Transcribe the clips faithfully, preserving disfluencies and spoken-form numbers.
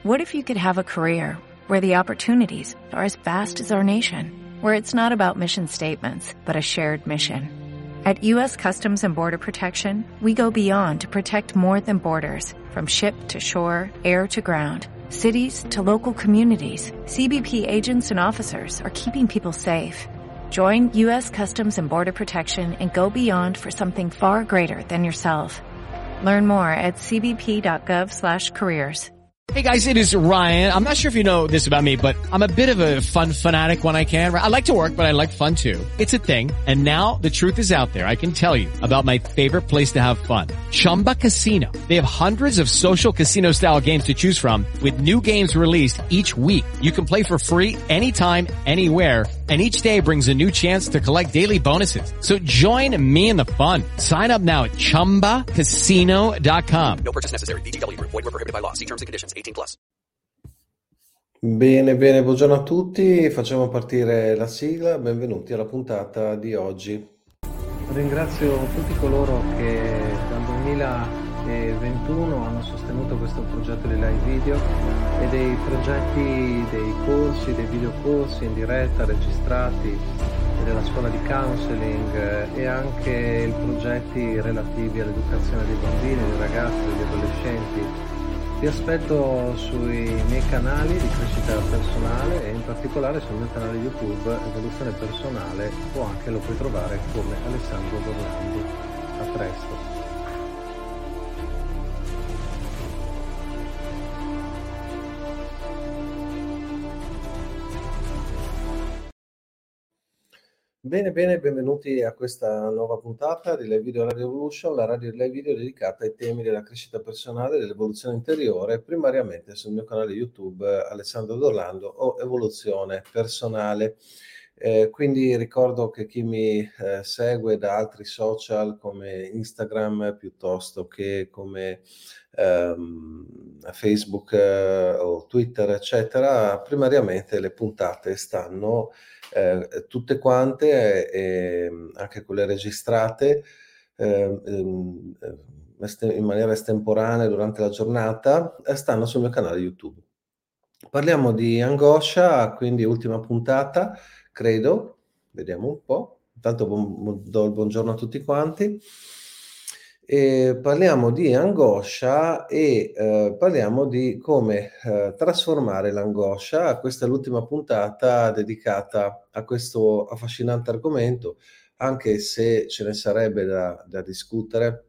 What if you could have a career where the opportunities are as vast as our nation, where it's not about mission statements, but a shared mission? At U S Customs and Border Protection, we go beyond to protect more than borders. From ship to shore, air to ground, cities to local communities, C B P agents and officers are keeping people safe. Join U S Customs and Border Protection and go beyond for something far greater than yourself. Learn more at c b p dot gov slash careers. Hey guys, it is Ryan. I'm not sure if you know this about me, but I'm a bit of a fun fanatic when I can. I like to work, but I like fun too. It's a thing. And now the truth is out there. I can tell you about my favorite place to have fun. Chumba Casino. They have hundreds of social casino style games to choose from with new games released each week. You can play for free anytime, anywhere. And each day brings a new chance to collect daily bonuses. So join me in the fun. Sign up now at chumba casino dot com. No purchase necessary. V G W. Void where prohibited by law. See terms and conditions. eighteen plus. Bene, bene, buongiorno a tutti, facciamo partire la sigla, benvenuti alla puntata di oggi. Ringrazio tutti coloro che dal duemilaventuno hanno sostenuto questo progetto di live video e dei progetti, dei corsi, dei videocorsi in diretta registrati della scuola di counseling e anche i progetti relativi all'educazione dei bambini, dei ragazzi, degli adolescenti. Vi aspetto sui miei canali di crescita personale e in particolare sul mio canale YouTube Evoluzione Personale, o anche lo puoi trovare come Alessandro Dorlando. A presto. Bene, bene, benvenuti a questa nuova puntata di Live Video Radio Evolution, la radio di live video dedicata ai temi della crescita personale e dell'evoluzione interiore, primariamente sul mio canale YouTube Alessandro Dorlando o Evoluzione Personale. Eh, quindi ricordo che chi mi eh, segue da altri social come Instagram piuttosto che come ehm, Facebook eh, o Twitter, eccetera, primariamente le puntate stanno Eh, tutte quante, eh, anche quelle registrate eh, eh, in maniera estemporanea durante la giornata, eh, stanno sul mio canale YouTube. Parliamo di angoscia, quindi ultima puntata, credo, vediamo un po', intanto buon, do il buongiorno a tutti quanti. E parliamo di angoscia e eh, parliamo di come eh, trasformare l'angoscia. Questa è l'ultima puntata dedicata a questo affascinante argomento, anche se ce ne sarebbe da, da discutere,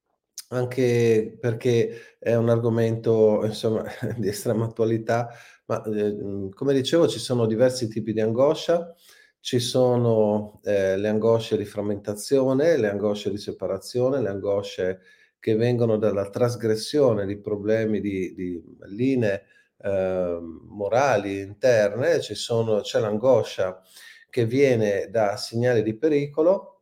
anche perché è un argomento insomma di estrema attualità, ma eh, come dicevo ci sono diversi tipi di angoscia. Ci sono eh, le angosce di frammentazione, le angosce di separazione, le angosce che vengono dalla trasgressione di problemi di, di linee eh, morali interne. Ci sono, c'è l'angoscia che viene da segnali di pericolo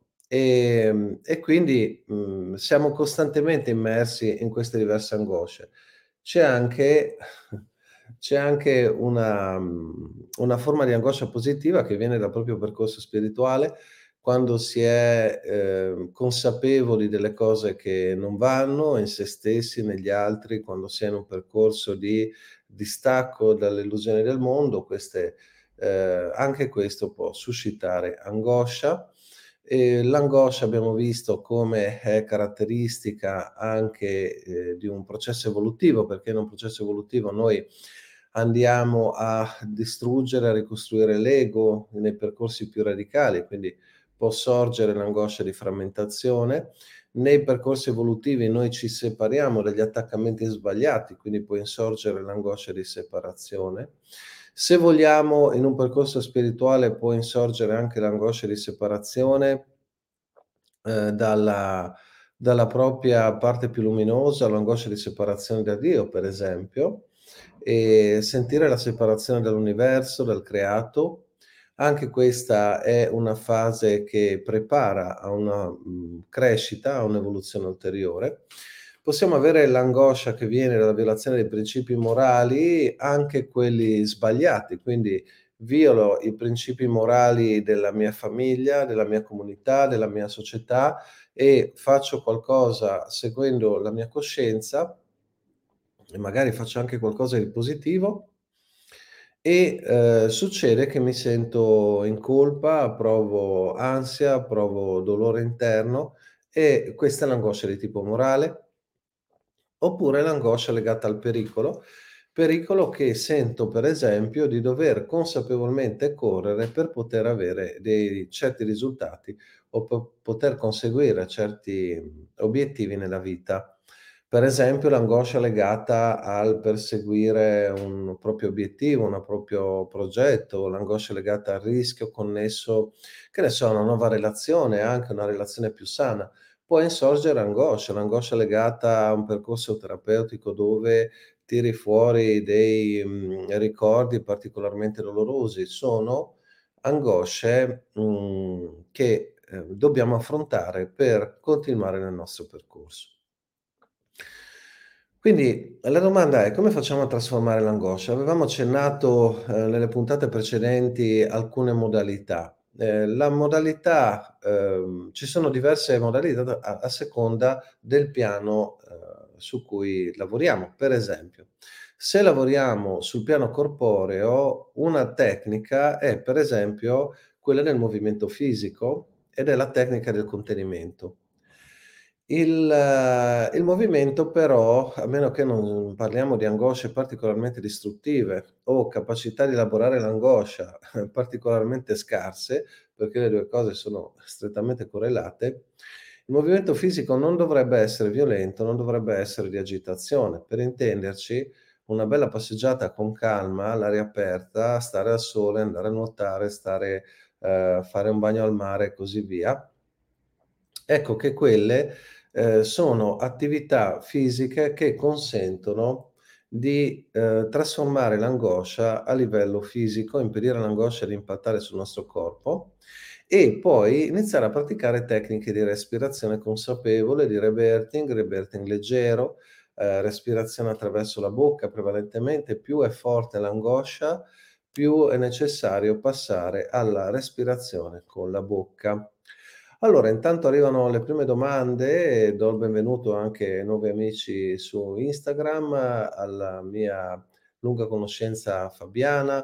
e, e quindi mh, siamo costantemente immersi in queste diverse angosce. C'è anche... C'è anche una, una forma di angoscia positiva che viene dal proprio percorso spirituale, quando si è eh, consapevoli delle cose che non vanno in se stessi, negli altri, quando si è in un percorso di distacco dalle illusioni del mondo. Queste, eh, anche questo può suscitare angoscia. E l'angoscia abbiamo visto come è caratteristica anche eh, di un processo evolutivo, perché in un processo evolutivo noi andiamo a distruggere, a ricostruire l'ego nei percorsi più radicali, quindi può sorgere l'angoscia di frammentazione. Nei percorsi evolutivi noi ci separiamo dagli attaccamenti sbagliati, quindi può insorgere l'angoscia di separazione. Se vogliamo, in un percorso spirituale può insorgere anche l'angoscia di separazione eh, dalla, dalla propria parte più luminosa, l'angoscia di separazione da Dio, per esempio, e sentire la separazione dall'universo, dal creato. Anche questa è una fase che prepara a una mh, crescita, a un'evoluzione ulteriore. Possiamo avere l'angoscia che viene dalla violazione dei principi morali, anche quelli sbagliati, quindi violo i principi morali della mia famiglia, della mia comunità, della mia società e faccio qualcosa seguendo la mia coscienza e magari faccio anche qualcosa di positivo e, ehm, succede che mi sento in colpa, provo ansia, provo dolore interno e questa è l'angoscia di tipo morale. Oppure l'angoscia legata al pericolo, pericolo che sento per esempio di dover consapevolmente correre per poter avere dei certi risultati o po poter conseguire certi, mhmm, obiettivi nella vita. Per esempio l'angoscia legata al perseguire un proprio obiettivo, un proprio progetto, l'angoscia legata al rischio connesso, che ne so, a una nuova relazione, anche una relazione più sana. Può insorgere angoscia, l'angoscia legata a un percorso terapeutico dove tiri fuori dei, mhmm, ricordi particolarmente dolorosi. Sono angosce, mhmm, che, ehm, dobbiamo affrontare per continuare nel nostro percorso. Quindi la domanda è: come facciamo a trasformare l'angoscia? Avevamo accennato, ehm, nelle puntate precedenti alcune modalità. Ehm, la modalità ehm, ci sono diverse modalità da a a seconda del piano, ehm, su cui lavoriamo. Per esempio, se lavoriamo sul piano corporeo, una tecnica è per esempio quella del movimento fisico ed è la tecnica del contenimento. Il eh, il movimento però, a meno che non parliamo di angosce particolarmente distruttive o capacità di elaborare l'angoscia particolarmente scarse, perché le due cose sono strettamente correlate, il movimento fisico non dovrebbe essere violento, non dovrebbe essere di agitazione. Per intenderci, una bella passeggiata con calma, all'aria aperta, stare al sole, andare a nuotare, stare ehm, fare un bagno al mare e così via. Ecco che quelle, ehm, sono attività fisiche che consentono di, ehm, trasformare l'angoscia a livello fisico, impedire all'angoscia di impattare sul nostro corpo e poi iniziare a praticare tecniche di respirazione consapevole, di rebirthing, rebirthing leggero, ehm, respirazione attraverso la bocca prevalentemente. Più è forte l'angoscia, più è necessario passare alla respirazione con la bocca. Allora, intanto arrivano le prime domande e do il benvenuto anche ai nuovi amici su Instagram, alla mia lunga conoscenza Fabiana,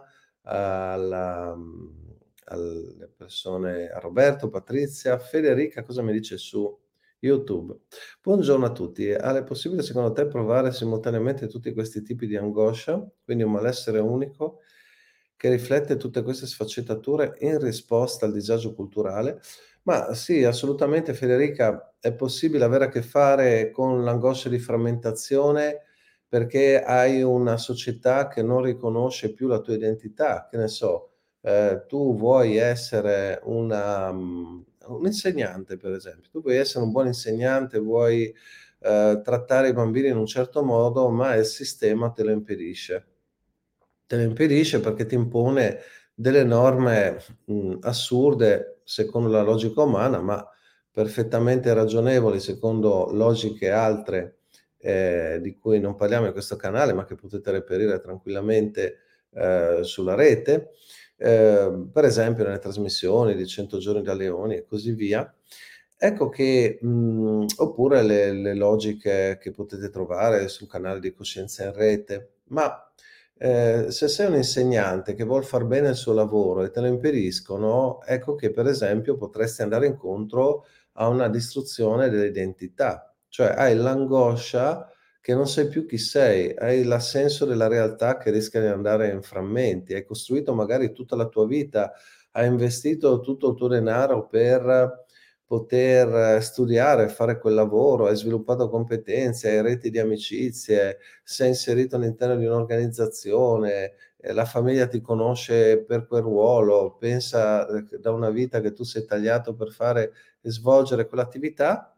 alla mhmm, alle persone a Roberto, Patrizia, Federica cosa mi dice su YouTube. Buongiorno a tutti. Ale, è possibile secondo te provare simultaneamente tutti questi tipi di angoscia, quindi un malessere unico che riflette tutte queste sfaccettature in risposta al disagio culturale? Ma sì, assolutamente Federica, è possibile avere a che fare con l'angoscia di frammentazione perché hai una società che non riconosce più la tua identità, che ne so, ehm, tu vuoi essere una mhmm, un insegnante per esempio, tu vuoi essere un buon insegnante, vuoi, ehm, trattare i bambini in un certo modo, ma il sistema te lo impedisce. Te lo impedisce perché ti impone delle norme, mhmm, assurde secondo la logica umana, ma perfettamente ragionevoli secondo logiche altre, ehm, di cui non parliamo in questo canale, ma che potete reperire tranquillamente, ehm, sulla rete, ehm, per esempio nelle trasmissioni di cento giorni da leoni e così via. Ecco che mhmm, oppure le le logiche che potete trovare sul canale di Coscienza in Rete, ma Ehm, se sei un insegnante che vuol far bene il suo lavoro e te lo impediscono, ecco che per esempio potresti andare incontro a una distruzione dell'identità, cioè hai l'angoscia che non sai più chi sei, hai l'assenso della realtà che rischia di andare in frammenti, hai costruito magari tutta la tua vita, hai investito tutto il tuo denaro per poter studiare, fare quel lavoro, hai sviluppato competenze, hai reti di amicizie, sei inserito all'interno di un'organizzazione, ehm, la famiglia ti conosce per quel ruolo, pensa, ehm, che da una vita che tu sei tagliato per fare e svolgere quell'attività,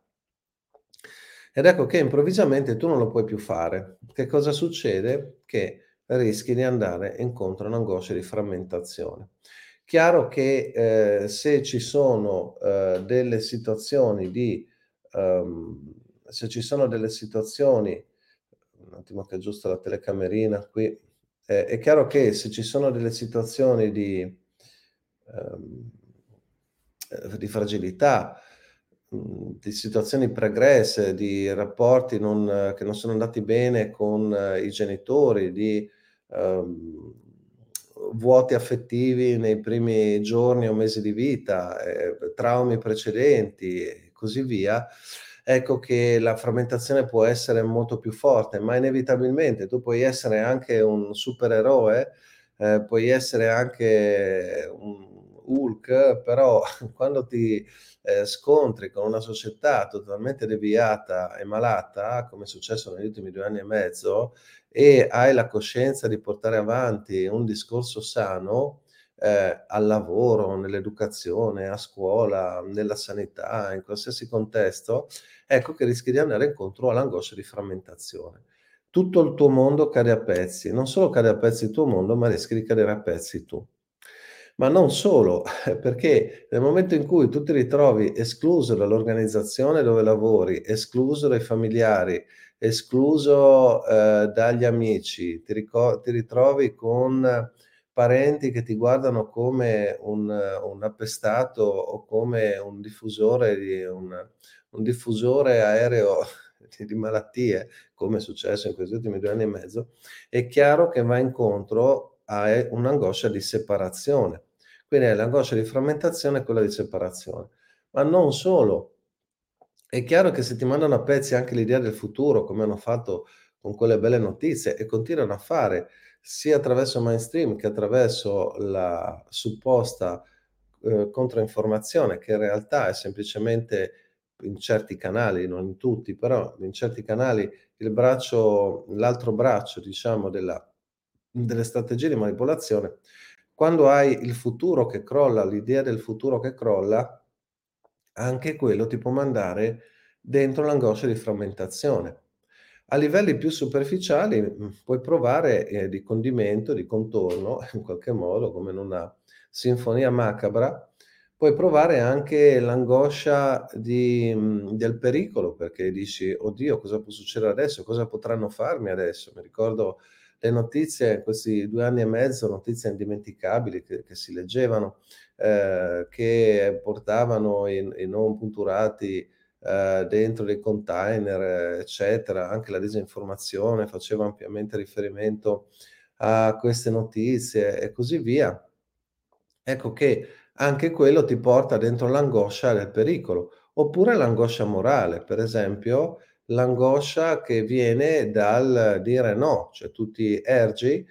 ed ecco che improvvisamente tu non lo puoi più fare. Che cosa succede? Che rischi di andare incontro a un'angoscia di frammentazione. Chiaro che, ehm, se ci sono, ehm, delle situazioni di ehm, se ci sono delle situazioni un attimo che aggiusto la telecamerina qui. Ehm, è chiaro che se ci sono delle situazioni di ehm, ehm, di fragilità, mhmm, di situazioni pregresse, di rapporti non che non sono andati bene con i genitori, di, uhm, vuoti affettivi nei primi giorni o mesi di vita, ehm, traumi precedenti e così via, ecco che la frammentazione può essere molto più forte, ma inevitabilmente tu puoi essere anche un supereroe, ehm, puoi essere anche un Hulk, però quando ti, ehm, scontri con una società totalmente deviata e malata, come è successo negli ultimi due anni e mezzo, e hai la coscienza di portare avanti un discorso sano, ehm, al lavoro, nell'educazione, a scuola, nella sanità, in qualsiasi contesto, ecco che rischi di andare incontro all'angoscia di frammentazione. Tutto il tuo mondo cade a pezzi, non solo cade a pezzi il tuo mondo, ma rischi di cadere a pezzi tu. Ma non solo, perché nel momento in cui tu ti ritrovi escluso dall'organizzazione dove lavori, escluso dai familiari, escluso, ehm, dagli amici, ti rico ti ritrovi con parenti che ti guardano come un un appestato o come un diffusore di un un diffusore aereo di di malattie, come è successo in questi ultimi due anni e mezzo, è chiaro che vai incontro a e un'angoscia di separazione. Quindi hai l'angoscia di frammentazione e quella di separazione. Ma non solo, è chiaro che se ti mandano a pezzi anche l'idea del futuro, come hanno fatto con quelle belle notizie e continuano a fare, sia attraverso il mainstream che attraverso la supposta, uhm, controinformazione, che in realtà è semplicemente in certi canali, non in tutti, però in certi canali il braccio l'altro braccio diciamo della delle strategie di manipolazione, quando hai il futuro che crolla, l'idea del futuro che crolla, anche quello ti può mandare dentro l'angoscia di frammentazione. A livelli più superficiali, mhmm, puoi provare, ehm, di condimento, di contorno, in qualche modo, come in una sinfonia macabra, puoi provare anche l'angoscia di mhmm, del pericolo, perché dici: "Oddio, cosa può succedere adesso? Cosa potranno farmi adesso?" Mi ricordo le notizie, questi due anni e mezzo, notizie indimenticabili che che si leggevano, ehm, che portavano i i non punturati, ehm, dentro dei container, eccetera. Anche la disinformazione faceva ampiamente riferimento a queste notizie e così via. Ecco che anche quello ti porta dentro l'angoscia del pericolo, oppure l'angoscia morale, per esempio l'angoscia che viene dal dire no, cioè tu ti ergi,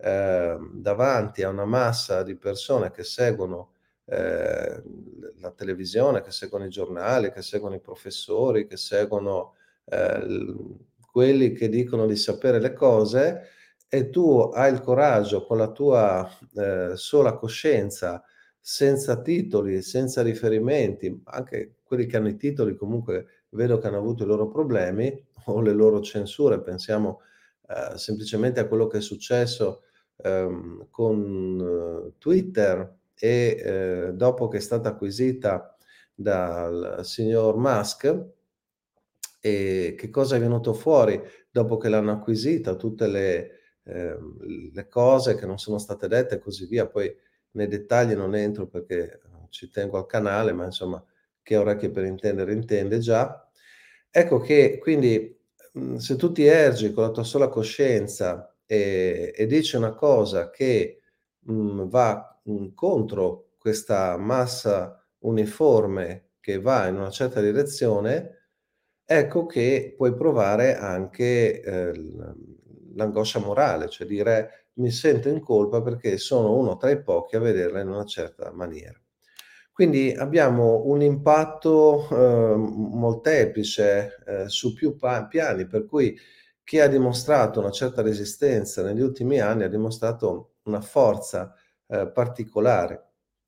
ehm, davanti a una massa di persone che seguono, ehm, l la televisione, che seguono i giornali, che seguono i professori, che seguono, ehm, l quelli che dicono di sapere le cose e tu hai il coraggio con la tua, ehm, sola coscienza, senza titoli, senza riferimenti, anche quelli che hanno i titoli comunque vedo che hanno avuto i loro problemi o le loro censure. Pensiamo, ehm, semplicemente a quello che è successo, ehm, con Twitter e, ehm, dopo che è stata acquisita dal signor Musk, e che cosa è venuto fuori dopo che l'hanno acquisita, tutte le ehm, le cose che non sono state dette e così via. Poi nei dettagli non entro perché, uhm, ci tengo al canale, ma insomma chi ha orecchie per intendere intende già. Ecco che quindi, mhmm, se tu ti ergi con la tua sola coscienza e e dici una cosa che, mhmm, va, mhmm, contro questa massa uniforme che va in una certa direzione, ecco che puoi provare anche, ehm, l l'angoscia morale, cioè dire: "Mi sento in colpa perché sono uno tra i pochi a vederla in una certa maniera". Quindi abbiamo un impatto, uhm, m molteplice, ehm, su più pa piani, per cui chi ha dimostrato una certa resistenza negli ultimi anni ha dimostrato una forza, ehm, particolare.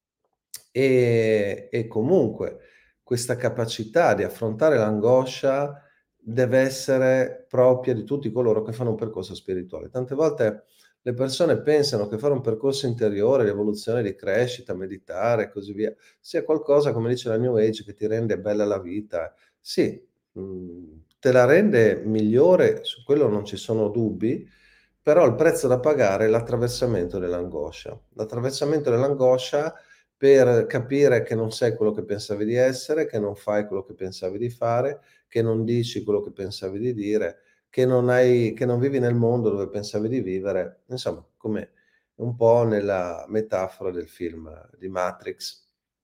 E e comunque questa capacità di affrontare l'angoscia deve essere propria di tutti coloro che fanno un percorso spirituale. Tante volte le persone pensano che fare un percorso interiore, di evoluzione, di crescita, meditare e così via, sia qualcosa, come dice la New Age, che ti rende bella la vita. Sì, mhmm, te la rende migliore, su quello non ci sono dubbi, però il prezzo da pagare è l'attraversamento dell'angoscia. L'attraversamento dell'angoscia per capire che non sei quello che pensavi di essere, che non fai quello che pensavi di fare, che non dici quello che pensavi di dire, che non hai che non vivi nel mondo dove pensavi di vivere, insomma, come un po' nella metafora del film di Matrix.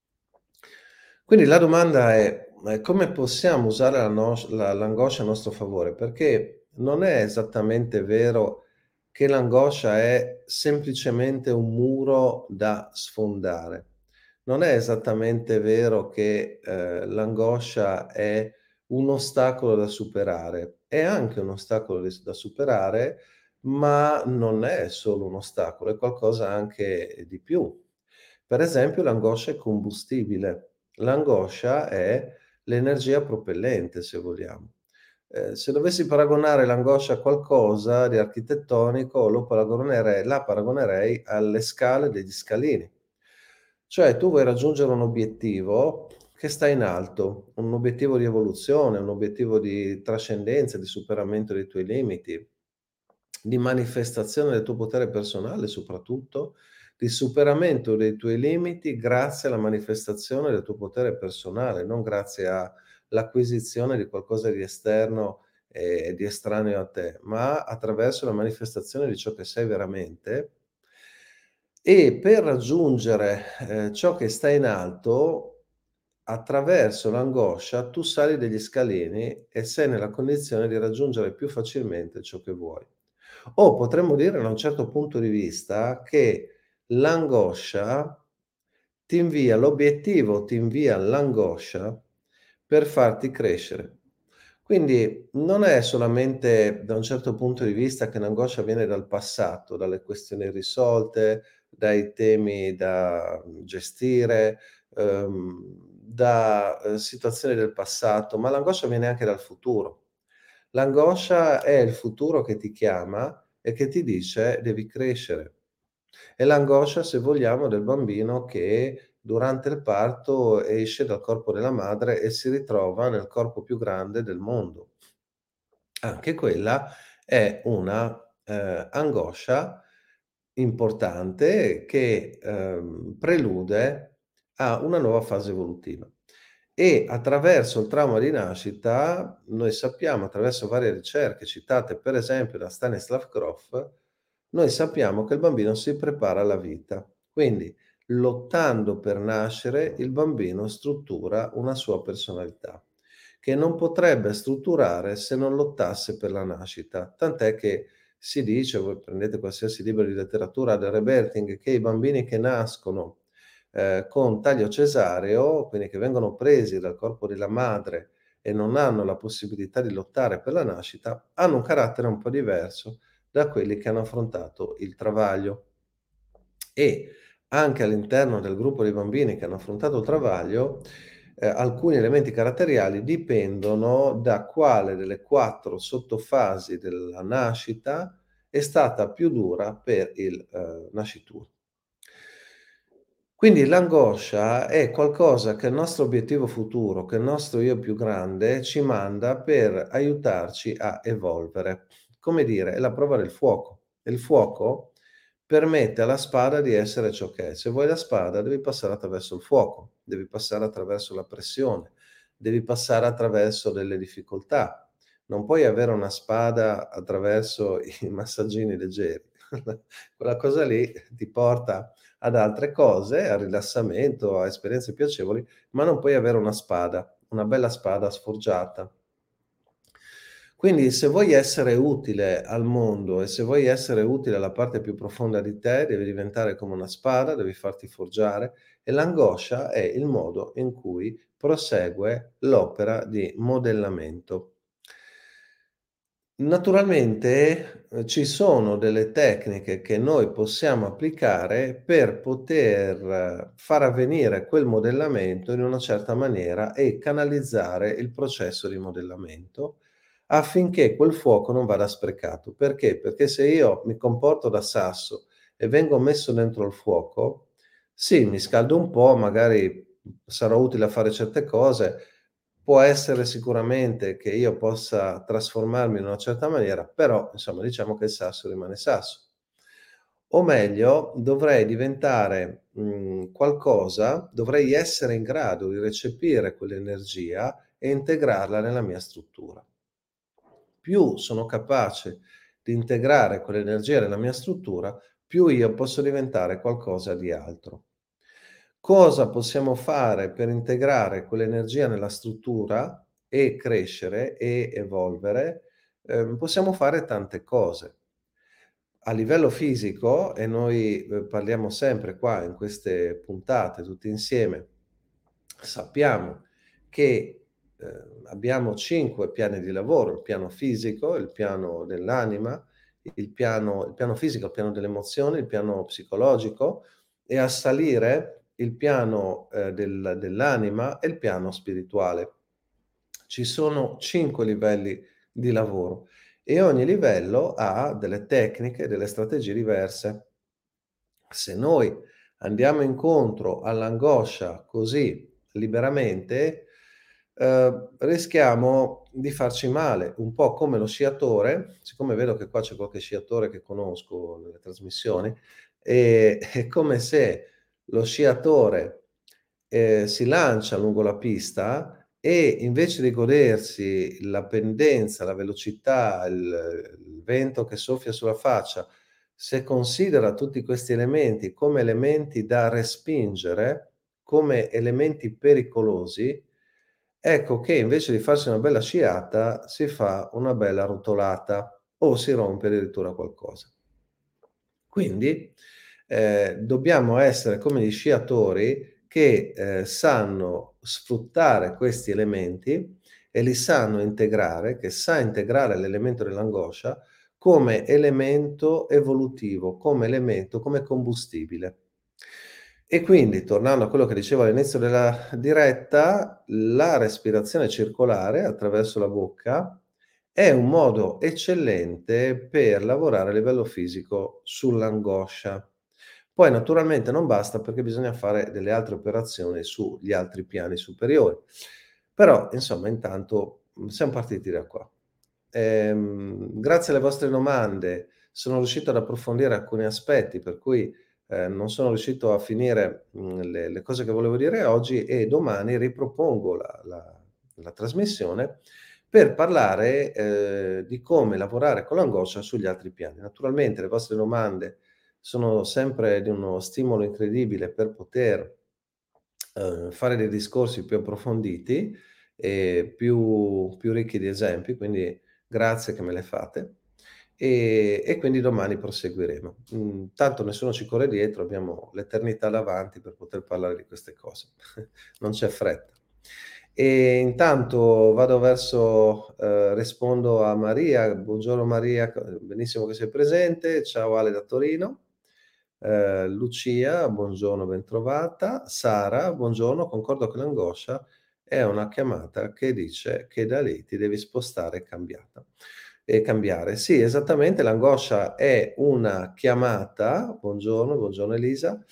Quindi la domanda è: ma come possiamo usare la nos la l'angoscia a nostro favore? Perché non è esattamente vero che l'angoscia è semplicemente un muro da sfondare. Non è esattamente vero che, ehm, l'angoscia è un ostacolo da superare. È anche un ostacolo da s da superare, ma non è solo un ostacolo, è qualcosa anche di più. Per esempio l'angoscia è combustibile. L'angoscia è l'energia propellente, se vogliamo. Ehm, se dovessi paragonare l'angoscia a qualcosa di architettonico, lo paragonerei la paragonerei alle scale degli scalini. Cioè tu vuoi raggiungere un obiettivo che sta in alto, un obiettivo di evoluzione, un obiettivo di trascendenza, di superamento dei tuoi limiti, di manifestazione del tuo potere personale soprattutto, di superamento dei tuoi limiti grazie alla manifestazione del tuo potere personale, non grazie all'acquisizione di qualcosa di esterno e di estraneo a te, ma attraverso la manifestazione di ciò che sei veramente. E per raggiungere, ehm, ciò che sta in alto, attraverso l'angoscia tu sali degli scalini e sei nella condizione di raggiungere più facilmente ciò che vuoi. O potremmo dire da un certo punto di vista che l'angoscia ti invia l'obiettivo ti invia l'angoscia per farti crescere. Quindi non è solamente da un certo punto di vista che l'angoscia viene dal passato, dalle questioni irrisolte, dai temi da gestire, uhm, da, uhm, situazioni del passato, ma l'angoscia viene anche dal futuro. L'angoscia è il futuro che ti chiama e che ti dice: "Devi crescere". È l'angoscia, se vogliamo, del bambino che durante il parto esce dal corpo della madre e si ritrova nel corpo più grande del mondo. Anche quella è una, ehm, angoscia importante che, ehm, prelude a una nuova fase evolutiva. E attraverso il trauma di nascita, noi sappiamo, attraverso varie ricerche citate per esempio da Stanislav Grof, noi sappiamo che il bambino si prepara alla vita. Quindi, lottando per nascere, il bambino struttura una sua personalità, che non potrebbe strutturare se non lottasse per la nascita. Tant'è che si dice, voi prendete qualsiasi libro di letteratura del Reberting, che i bambini che nascono ehm, con taglio cesareo, quindi che vengono presi dal corpo della madre e non hanno la possibilità di lottare per la nascita, hanno un carattere un po' diverso da quelli che hanno affrontato il travaglio. E anche all'interno del gruppo dei bambini che hanno affrontato il travaglio, ehm, alcuni elementi caratteriali dipendono da quale delle quattro sottofasi della nascita è stata più dura per il, ehm, nascituro. Quindi l'angoscia è qualcosa che il nostro obiettivo futuro, che il nostro io più grande ci manda per aiutarci a evolvere. Come dire, è la prova del fuoco. Il fuoco permette alla spada di essere ciò che è. Se vuoi la spada devi passare attraverso il fuoco, devi passare attraverso la pressione, devi passare attraverso delle difficoltà. Non puoi avere una spada attraverso i massaggini leggeri. Quella cosa lì ti porta ad altre cose, al rilassamento, a esperienze piacevoli, ma non puoi avere una spada, una bella spada sforgiata. Quindi se vuoi essere utile al mondo e se vuoi essere utile alla parte più profonda di te, devi diventare come una spada, devi farti forgiare e l'angoscia è il modo in cui prosegue l'opera di modellamento. Naturalmente, uhm, ci sono delle tecniche che noi possiamo applicare per poter eh, far avvenire quel modellamento in una certa maniera e canalizzare il processo di modellamento, affinché quel fuoco non vada sprecato. Perché? Perché se io mi comporto da sasso e vengo messo dentro il fuoco, sì, mi scaldo un po', magari sarò utile a fare certe cose, può essere sicuramente che io possa trasformarmi in una certa maniera, però insomma diciamo che il sasso rimane sasso. o meglio dovrei diventare, mhmm, qualcosa dovrei essere in grado di recepire quell'energia e integrarla nella mia struttura. Più sono capace di integrare quell'energia nella mia struttura, più io posso diventare qualcosa di altro. Cosa possiamo fare per integrare quell'energia nella struttura e crescere e evolvere? Ehm, possiamo fare tante cose. A livello fisico, e noi, uhm, parliamo sempre qua in queste puntate tutti insieme, sappiamo che, ehm, abbiamo cinque piani di lavoro: il piano fisico, il piano dell'anima, il piano il piano fisico, il piano delle emozioni, il piano psicologico e a salire il piano, ehm, del dell'anima e il piano spirituale. Ci sono cinque livelli di lavoro e ogni livello ha delle tecniche, delle strategie diverse. Se noi andiamo incontro all'angoscia così liberamente, ehm, rischiamo di farci male, un po' come lo sciatore, siccome vedo che qua c'è qualche sciatore che conosco nelle trasmissioni, ehm, è come se lo sciatore, ehm, si lancia lungo la pista e invece di godersi la pendenza, la velocità, il il vento che soffia sulla faccia, se considera tutti questi elementi come elementi da respingere, come elementi pericolosi, ecco che invece di farsi una bella sciata si fa una bella rotolata o si rompe addirittura qualcosa. Quindi, ehm, dobbiamo essere come gli sciatori che, ehm, sanno sfruttare questi elementi e li sanno integrare, che sa integrare l'elemento dell'angoscia come elemento evolutivo, come elemento, come combustibile. E quindi, tornando a quello che dicevo all'inizio della diretta, la respirazione circolare attraverso la bocca è un modo eccellente per lavorare a livello fisico sull'angoscia. Poi naturalmente non basta perché bisogna fare delle altre operazioni sugli altri piani superiori. Però insomma intanto, mhmm, siam partiti da qua. Ehm, grazie alle vostre domande sono riuscito ad approfondire alcuni aspetti per cui, ehm, non sono riuscito a finire, mhmm, le le cose che volevo dire oggi e domani ripropongo la la la trasmissione per parlare, ehm, di come lavorare con l'angoscia sugli altri piani. Naturalmente le vostre domande sono sempre di uno stimolo incredibile per poter, uhm, fare dei discorsi più approfonditi e più più ricchi di esempi, quindi grazie che me le fate. E e quindi domani proseguiremo. Mhmm, tanto nessuno ci corre dietro, abbiamo l'eternità davanti per poter parlare di queste cose. Non c'è fretta. E intanto vado verso ehm, rispondo a Maria. Buongiorno Maria, c benissimo che sei presente. Ciao Ale da Torino. Ehm, Lucia, buongiorno, bentrovata. Sara, buongiorno, concordo che l'angoscia è una chiamata che dice che da lì ti devi spostare e cambiata e cambiare. Sì, esattamente, l'angoscia è una chiamata buongiorno, buongiorno Elisa.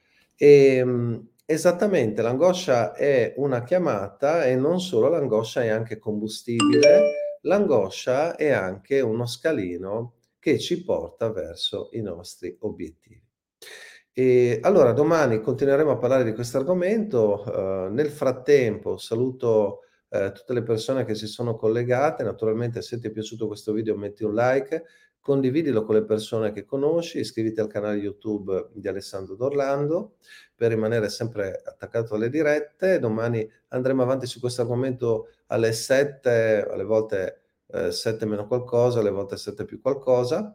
Ehm, esattamente, l'angoscia è una chiamata e non solo, l'angoscia è anche combustibile, l'angoscia è anche uno scalino che ci porta verso i nostri obiettivi. E allora domani continueremo a parlare di questo argomento. Uhm, nel frattempo saluto, ehm, tutte le persone che si sono collegate. Naturalmente se ti è piaciuto questo video metti un like, condividilo con le persone che conosci, iscriviti al canale YouTube di Alessandro D'Orlando per rimanere sempre attaccato alle dirette. Domani andremo avanti su questo argomento alle sette, alle volte, ehm, sette meno qualcosa, alle volte sette più qualcosa.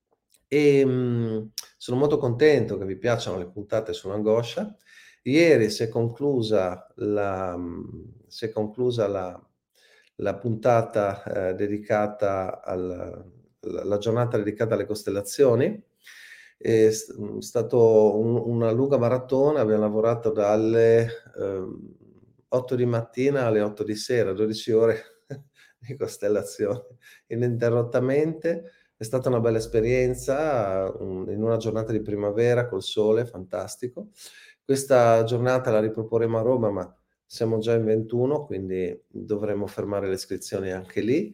Ehm, sono molto contento che vi piacciono le puntate sull'angoscia. Ieri si è conclusa la mhmm, si è conclusa la la puntata, ehm, dedicata al la la giornata dedicata alle costellazioni. È s mhmm, stato un una lunga maratona, abbiam lavorato dalle, uhm, otto di mattina alle otto di sera, dodici ore di costellazioni ininterrottamente. È stata una bella esperienza, mhmm, in una giornata di primavera col sole, fantastico. Questa giornata la riproporremo a Roma, ma siamo già in ventuno, quindi dovremo fermare le iscrizioni anche lì.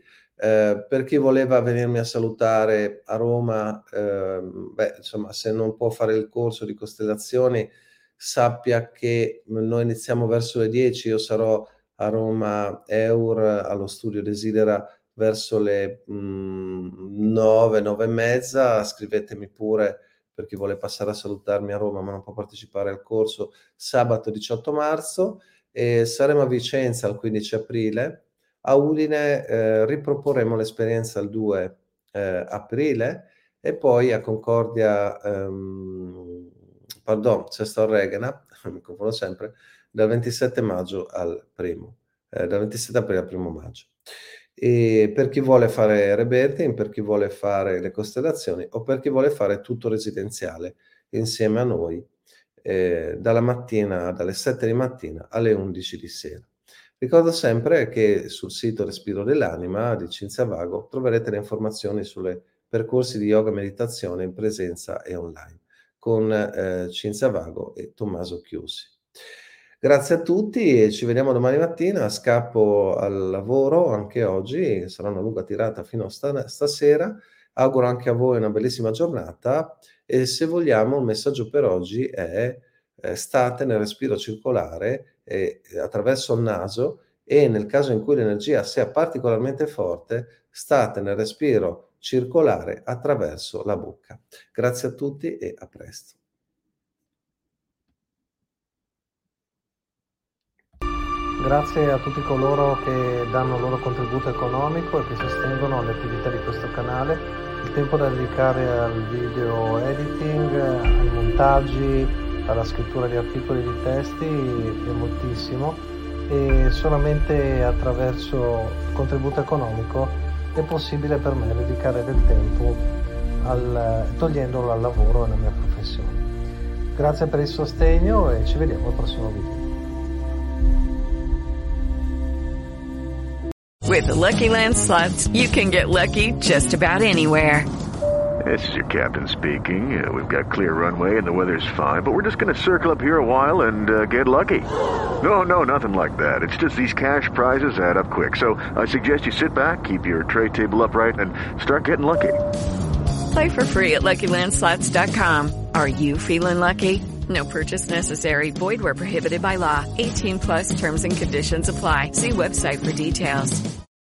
Eh, per chi voleva venirmi a salutare a Roma, eh, beh, insomma, se non può fare il corso di costellazioni, sappia che noi iniziamo verso le dieci, io sarò a Roma Eur allo studio Desidera verso le mh, nove, nove e mezza. Scrivetemi pure per chi vuole passare a salutarmi a Roma ma non può partecipare al corso, sabato diciotto marzo, e saremo a Vicenza il quindici aprile. A Udine eh, riproporremo l'esperienza il due eh, aprile, e poi a Concordia, ehm, pardon, Sesto Reggina, mi confondo sempre, dal ventisette maggio al primo, eh, dal ventisette aprile al primo maggio. E per chi vuole fare rebirthing, per chi vuole fare le costellazioni o per chi vuole fare tutto residenziale insieme a noi, eh, dalla mattina, dalle sette di mattina alle undici di sera. Ricordo sempre che sul sito Respiro dell'Anima di Cinzia Vago troverete le informazioni sulle percorsi di yoga e meditazione in presenza e online con eh, Cinzia Vago e Tommaso Chiusi. Grazie a tutti e ci vediamo domani mattina. Scappo al lavoro anche oggi, sarà una lunga tirata fino a sta- stasera. Auguro anche a voi una bellissima giornata e se vogliamo il messaggio per oggi è eh, state nel respiro circolare e, attraverso il naso, e nel caso in cui l'energia sia particolarmente forte state nel respiro circolare attraverso la bocca. Grazie a tutti e a presto. Grazie a tutti coloro che danno il loro contributo economico e che sostengono le attività di questo canale. Il tempo da dedicare al video editing, ai montaggi, alla scrittura di articoli e di testi è moltissimo, e solamente attraverso il contributo economico è possibile per me dedicare del tempo al, togliendolo al lavoro e alla mia professione. Grazie per il sostegno e ci vediamo al prossimo video. With the Lucky Land Slots, you can get lucky just about anywhere. This is your captain speaking. Uh, we've got clear runway and the weather's fine, but we're just going to circle up here a while and uh, get lucky. No, no, nothing like that. It's just these cash prizes add up quick. So I suggest you sit back, keep your tray table upright, and start getting lucky. Play for free at Lucky Land Slots dot com. Are you feeling lucky? No purchase necessary. Void where prohibited by law. eighteen plus terms and conditions apply. See website for details.